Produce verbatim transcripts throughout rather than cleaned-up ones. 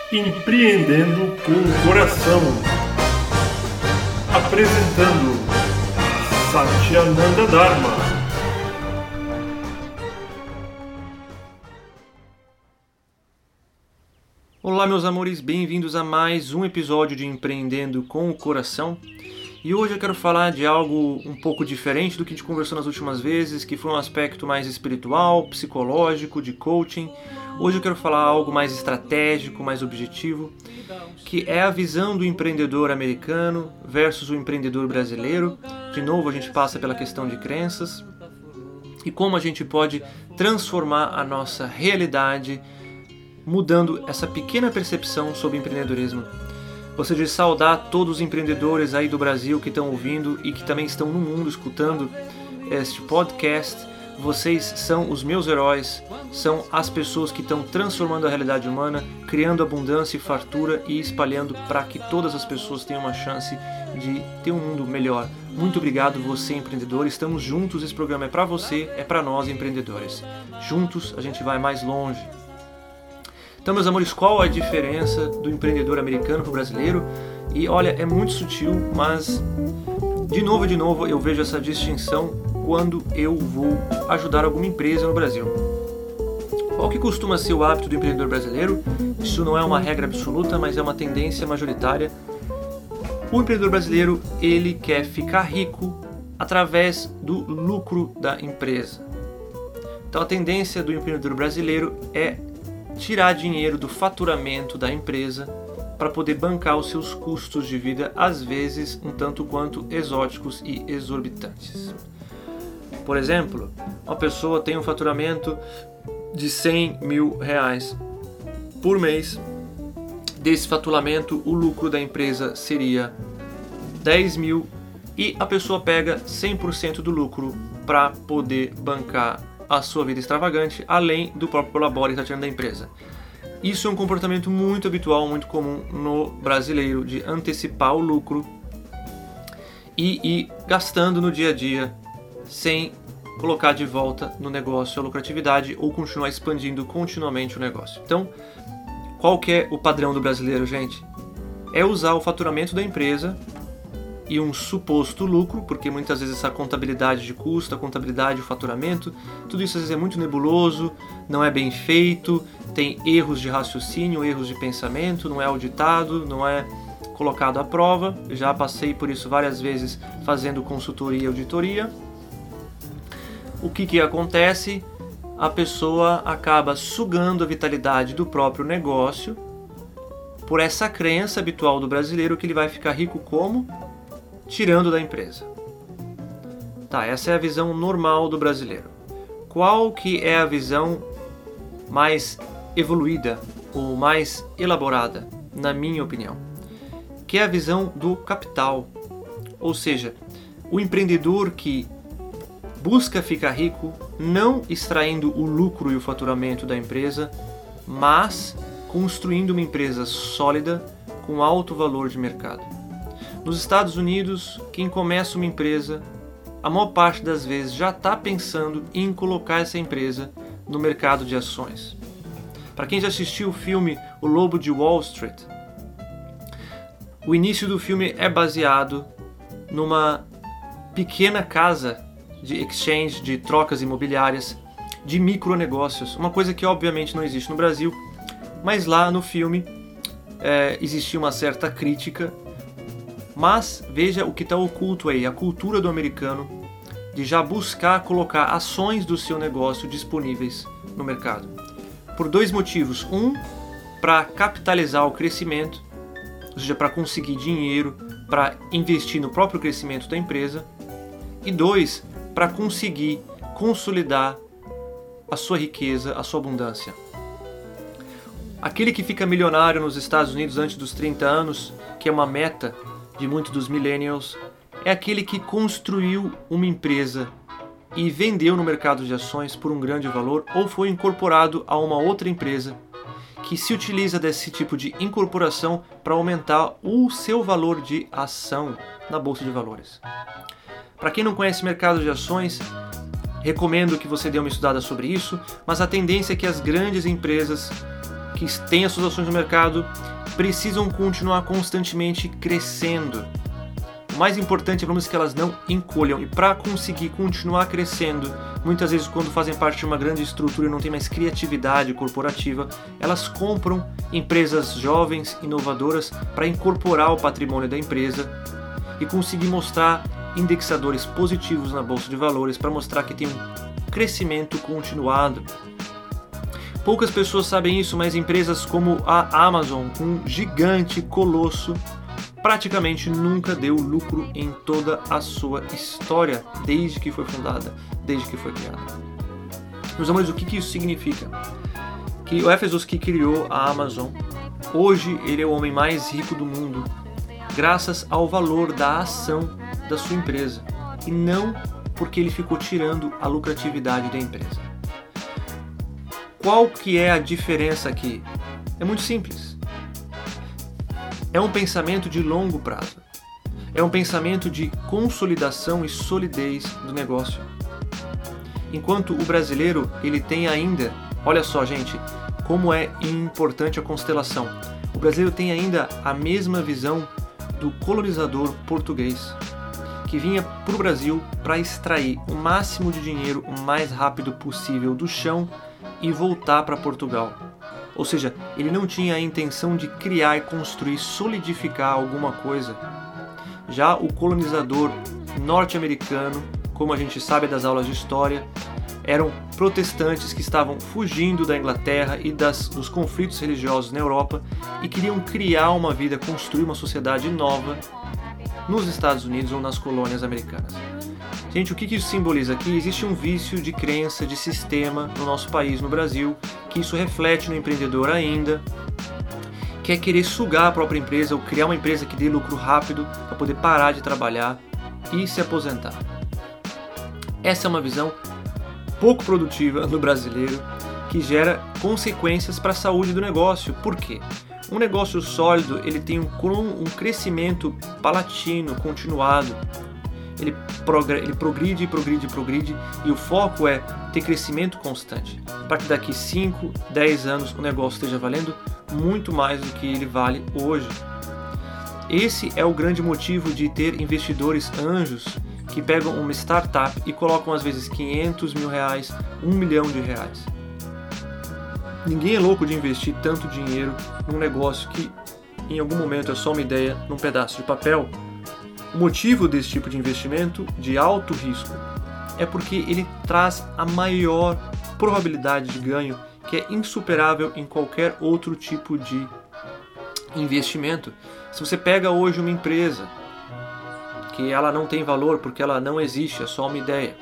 Empreendendo com o Coração. Apresentando Satyananda Dharma. Olá, meus amores, bem-vindos a mais um episódio de Empreendendo com o Coração. E hoje eu quero falar de algo um pouco diferente do que a gente conversou nas últimas vezes, que foi um aspecto mais espiritual, psicológico, de coaching. Hoje eu quero falar algo mais estratégico, mais objetivo, que é a visão do empreendedor americano versus o empreendedor brasileiro. De novo, a gente passa pela questão de crenças e como a gente pode transformar a nossa realidade mudando essa pequena percepção sobre empreendedorismo. Gostaria de saudar todos os empreendedores aí do Brasil que estão ouvindo e que também estão no mundo escutando este podcast. Vocês são os meus heróis, são as pessoas que estão transformando a realidade humana, criando abundância e fartura e espalhando para que todas as pessoas tenham uma chance de ter um mundo melhor. Muito obrigado, você empreendedor. Estamos juntos, esse programa é para você, é para nós empreendedores. Juntos a gente vai mais longe. Então, meus amores, qual a diferença do empreendedor americano para o brasileiro? E olha, é muito sutil, mas de novo e de novo eu vejo essa distinção quando eu vou ajudar alguma empresa no Brasil. Qual que costuma ser o hábito do empreendedor brasileiro? Isso não é uma regra absoluta, mas é uma tendência majoritária. O empreendedor brasileiro, ele quer ficar rico através do lucro da empresa. Então, a tendência do empreendedor brasileiro é tirar dinheiro do faturamento da empresa para poder bancar os seus custos de vida, às vezes um tanto quanto exóticos e exorbitantes. Por exemplo, uma pessoa tem um faturamento de cem mil reais por mês. Desse faturamento, o lucro da empresa seria dez mil e a pessoa pega cem por cento do lucro para poder bancar a sua vida extravagante, além do próprio labore que está tirando da empresa. Isso é um comportamento muito habitual, muito comum no brasileiro, de antecipar o lucro e ir gastando no dia a dia sem colocar de volta no negócio a lucratividade ou continuar expandindo continuamente o negócio. Então, qual que é o padrão do brasileiro, gente? É usar o faturamento da empresa e um suposto lucro, porque muitas vezes essa contabilidade de custo, a contabilidade, o faturamento, tudo isso às vezes é muito nebuloso, não é bem feito, tem erros de raciocínio, erros de pensamento, não é auditado, não é colocado à prova. Já passei por isso várias vezes fazendo consultoria e auditoria. O que que acontece? A pessoa acaba sugando a vitalidade do próprio negócio por essa crença habitual do brasileiro que ele vai ficar rico como? Tirando da empresa. Tá, essa é a visão normal do brasileiro. Qual que é a visão mais evoluída ou mais elaborada, na minha opinião? Que é a visão do capital. Ou seja, o empreendedor que busca ficar rico não extraindo o lucro e o faturamento da empresa, mas construindo uma empresa sólida com alto valor de mercado. Nos Estados Unidos, quem começa uma empresa, a maior parte das vezes já está pensando em colocar essa empresa no mercado de ações. Para quem já assistiu o filme O Lobo de Wall Street, o início do filme é baseado numa pequena casa de exchange, de trocas imobiliárias, de micronegócios, uma coisa que obviamente não existe no Brasil, mas lá no filme é, existia uma certa crítica. Mas veja o que está oculto aí, a cultura do americano de já buscar colocar ações do seu negócio disponíveis no mercado. Por dois motivos. Um, para capitalizar o crescimento, ou seja, para conseguir dinheiro, para investir no próprio crescimento da empresa. E dois, para conseguir consolidar a sua riqueza, a sua abundância. Aquele que fica milionário nos Estados Unidos antes dos trinta anos, que é uma meta de muitos dos millennials, é aquele que construiu uma empresa e vendeu no mercado de ações por um grande valor ou foi incorporado a uma outra empresa que se utiliza desse tipo de incorporação para aumentar o seu valor de ação na Bolsa de Valores. Para quem não conhece mercado de ações, recomendo que você dê uma estudada sobre isso, mas a tendência é que as grandes empresas que que têm as suas ações no mercado precisam continuar constantemente crescendo. O mais importante é vamos, que elas não encolham, e para conseguir continuar crescendo, muitas vezes quando fazem parte de uma grande estrutura e não tem mais criatividade corporativa, elas compram empresas jovens, inovadoras, para incorporar o patrimônio da empresa e conseguir mostrar indexadores positivos na bolsa de valores para mostrar que tem um crescimento continuado. Poucas pessoas sabem isso, mas empresas como a Amazon, um gigante colosso, praticamente nunca deu lucro em toda a sua história, desde que foi fundada, desde que foi criada. Meus amores, o que, que isso significa? Que o Jeff Bezos, que criou a Amazon, hoje ele é o homem mais rico do mundo, graças ao valor da ação da sua empresa, e não porque ele ficou tirando a lucratividade da empresa. Qual que é a diferença aqui? É muito simples. É um pensamento de longo prazo. É um pensamento de consolidação e solidez do negócio. Enquanto o brasileiro, ele tem ainda, olha só gente, como é importante a constelação. O brasileiro tem ainda a mesma visão do colonizador português, que vinha para o Brasil para extrair o máximo de dinheiro o mais rápido possível do chão e voltar para Portugal. Ou seja, ele não tinha a intenção de criar e construir, solidificar alguma coisa. Já o colonizador norte-americano, como a gente sabe das aulas de história, eram protestantes que estavam fugindo da Inglaterra e das, dos conflitos religiosos na Europa e queriam criar uma vida, construir uma sociedade nova nos Estados Unidos ou nas colônias americanas. Gente, o que isso simboliza aqui? Existe um vício de crença, de sistema no nosso país, no Brasil, que isso reflete no empreendedor ainda, que é querer sugar a própria empresa ou criar uma empresa que dê lucro rápido para poder parar de trabalhar e se aposentar. Essa é uma visão pouco produtiva no brasileiro, que gera consequências para a saúde do negócio. Por quê? Um negócio sólido, ele tem um, um crescimento palatino, continuado. Ele, progr- ele progride, progride, progride, e o foco é ter crescimento constante. Para que daqui cinco, dez anos o negócio esteja valendo muito mais do que ele vale hoje. Esse é o grande motivo de ter investidores anjos que pegam uma startup e colocam às vezes quinhentos mil reais, um milhão de reais. Ninguém é louco de investir tanto dinheiro num negócio que em algum momento é só uma ideia num pedaço de papel. O motivo desse tipo de investimento de alto risco é porque ele traz a maior probabilidade de ganho, que é insuperável em qualquer outro tipo de investimento. Se você pega hoje uma empresa que ela não tem valor porque ela não existe, é só uma ideia,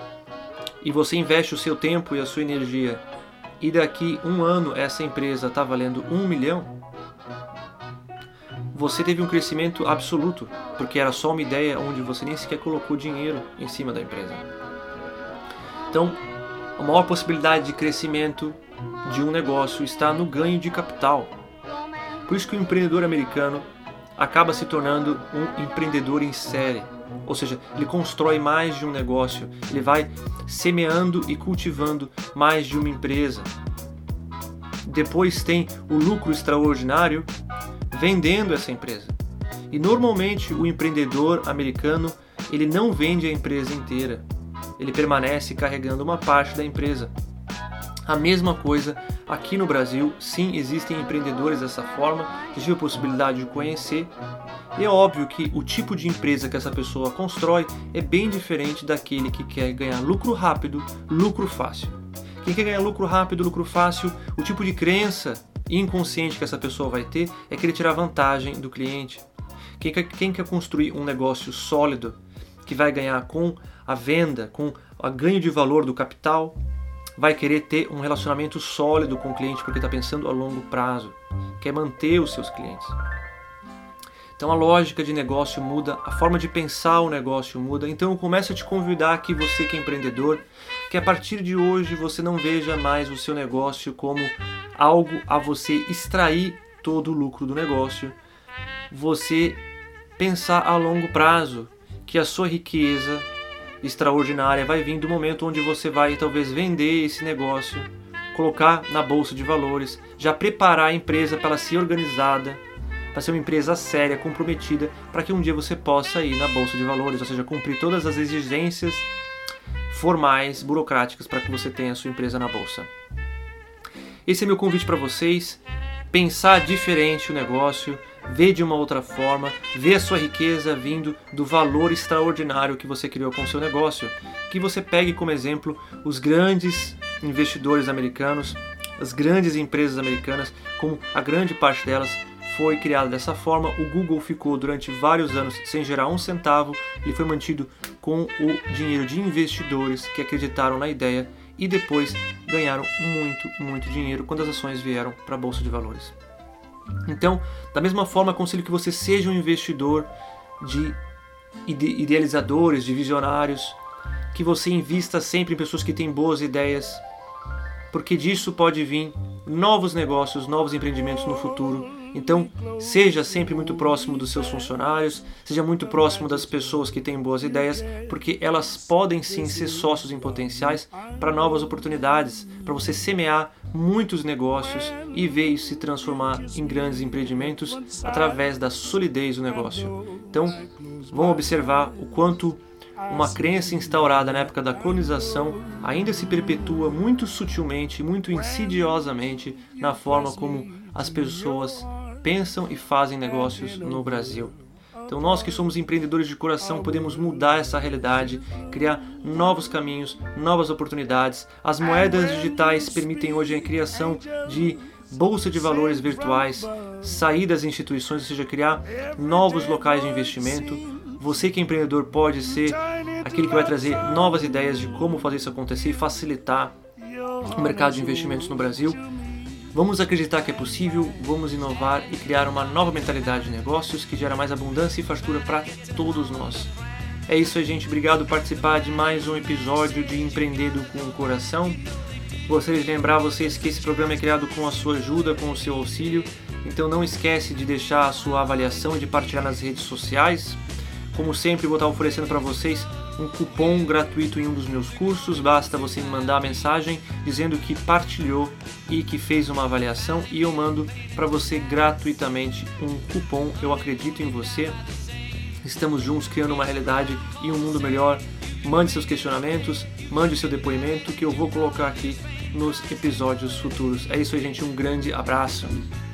e você investe o seu tempo e a sua energia, e daqui um ano essa empresa está valendo um milhão, você teve um crescimento absoluto, porque era só uma ideia onde você nem sequer colocou dinheiro em cima da empresa. Então, a maior possibilidade de crescimento de um negócio está no ganho de capital. Por isso que o empreendedor americano acaba se tornando um empreendedor em série. Ou seja, ele constrói mais de um negócio, ele vai semeando e cultivando mais de uma empresa. Depois tem o lucro extraordinário vendendo essa empresa. E normalmente o empreendedor americano, ele não vende a empresa inteira. Ele permanece carregando uma parte da empresa. A mesma coisa aqui no Brasil, sim, existem empreendedores dessa forma, que tive a possibilidade de conhecer. E é óbvio que o tipo de empresa que essa pessoa constrói é bem diferente daquele que quer ganhar lucro rápido, lucro fácil. Quem quer ganhar lucro rápido, lucro fácil, o tipo de crença inconsciente que essa pessoa vai ter é querer tirar vantagem do cliente. Quem quer, quem quer construir um negócio sólido, que vai ganhar com a venda, com o ganho de valor do capital, vai querer ter um relacionamento sólido com o cliente porque está pensando a longo prazo, quer manter os seus clientes. Então a lógica de negócio muda, a forma de pensar o negócio muda. Então eu começo a te convidar aqui, você que é empreendedor, que a partir de hoje você não veja mais o seu negócio como algo a você extrair todo o lucro do negócio. Você pensar a longo prazo que a sua riqueza extraordinária vai vir do momento onde você vai talvez vender esse negócio colocar na bolsa de valores, já preparar a empresa para ela ser organizada, para ser uma empresa séria, comprometida, para que um dia você possa ir na bolsa de valores, ou seja, cumprir todas as exigências formais, burocráticas, para que você tenha a sua empresa na bolsa. Esse é meu convite para vocês, pensar diferente o negócio, ver de uma outra forma, ver a sua riqueza vindo do valor extraordinário que você criou com o seu negócio, que você pegue como exemplo os grandes investidores americanos, as grandes empresas americanas, como a grande parte delas foi criada dessa forma. O Google ficou durante vários anos sem gerar um centavo e foi mantido com o dinheiro de investidores que acreditaram na ideia e depois ganharam muito, muito dinheiro quando as ações vieram para a Bolsa de Valores. Então, da mesma forma, aconselho que você seja um investidor de ide- idealizadores, de visionários, que você invista sempre em pessoas que têm boas ideias, porque disso pode vir novos negócios, novos empreendimentos no futuro. Então, seja sempre muito próximo dos seus funcionários, seja muito próximo das pessoas que têm boas ideias, porque elas podem sim ser sócios em potenciais para novas oportunidades, para você semear muitos negócios e ver isso se transformar em grandes empreendimentos através da solidez do negócio. Então, vamos observar o quanto uma crença instaurada na época da colonização ainda se perpetua muito sutilmente, muito insidiosamente na forma como as pessoas pensam e fazem negócios no Brasil. Então nós que somos empreendedores de coração podemos mudar essa realidade, criar novos caminhos, novas oportunidades. As moedas digitais permitem hoje a criação de bolsa de valores virtuais, sair das instituições, ou seja, criar novos locais de investimento. Você que é empreendedor pode ser aquele que vai trazer novas ideias de como fazer isso acontecer e facilitar o mercado de investimentos no Brasil. Vamos acreditar que é possível, vamos inovar e criar uma nova mentalidade de negócios que gera mais abundância e fartura para todos nós. É isso aí, gente. Obrigado por participar de mais um episódio de Empreendendo com o Coração. Gostaria de lembrar vocês que esse programa é criado com a sua ajuda, com o seu auxílio. Então não esquece de deixar a sua avaliação e de partilhar nas redes sociais. Como sempre, vou estar oferecendo para vocês um cupom gratuito em um dos meus cursos. Basta você me mandar a mensagem dizendo que partilhou e que fez uma avaliação e eu mando para você gratuitamente um cupom. Eu acredito em você. Estamos juntos criando uma realidade e um mundo melhor. Mande seus questionamentos, mande seu depoimento que eu vou colocar aqui nos episódios futuros. É isso aí, gente. Um grande abraço.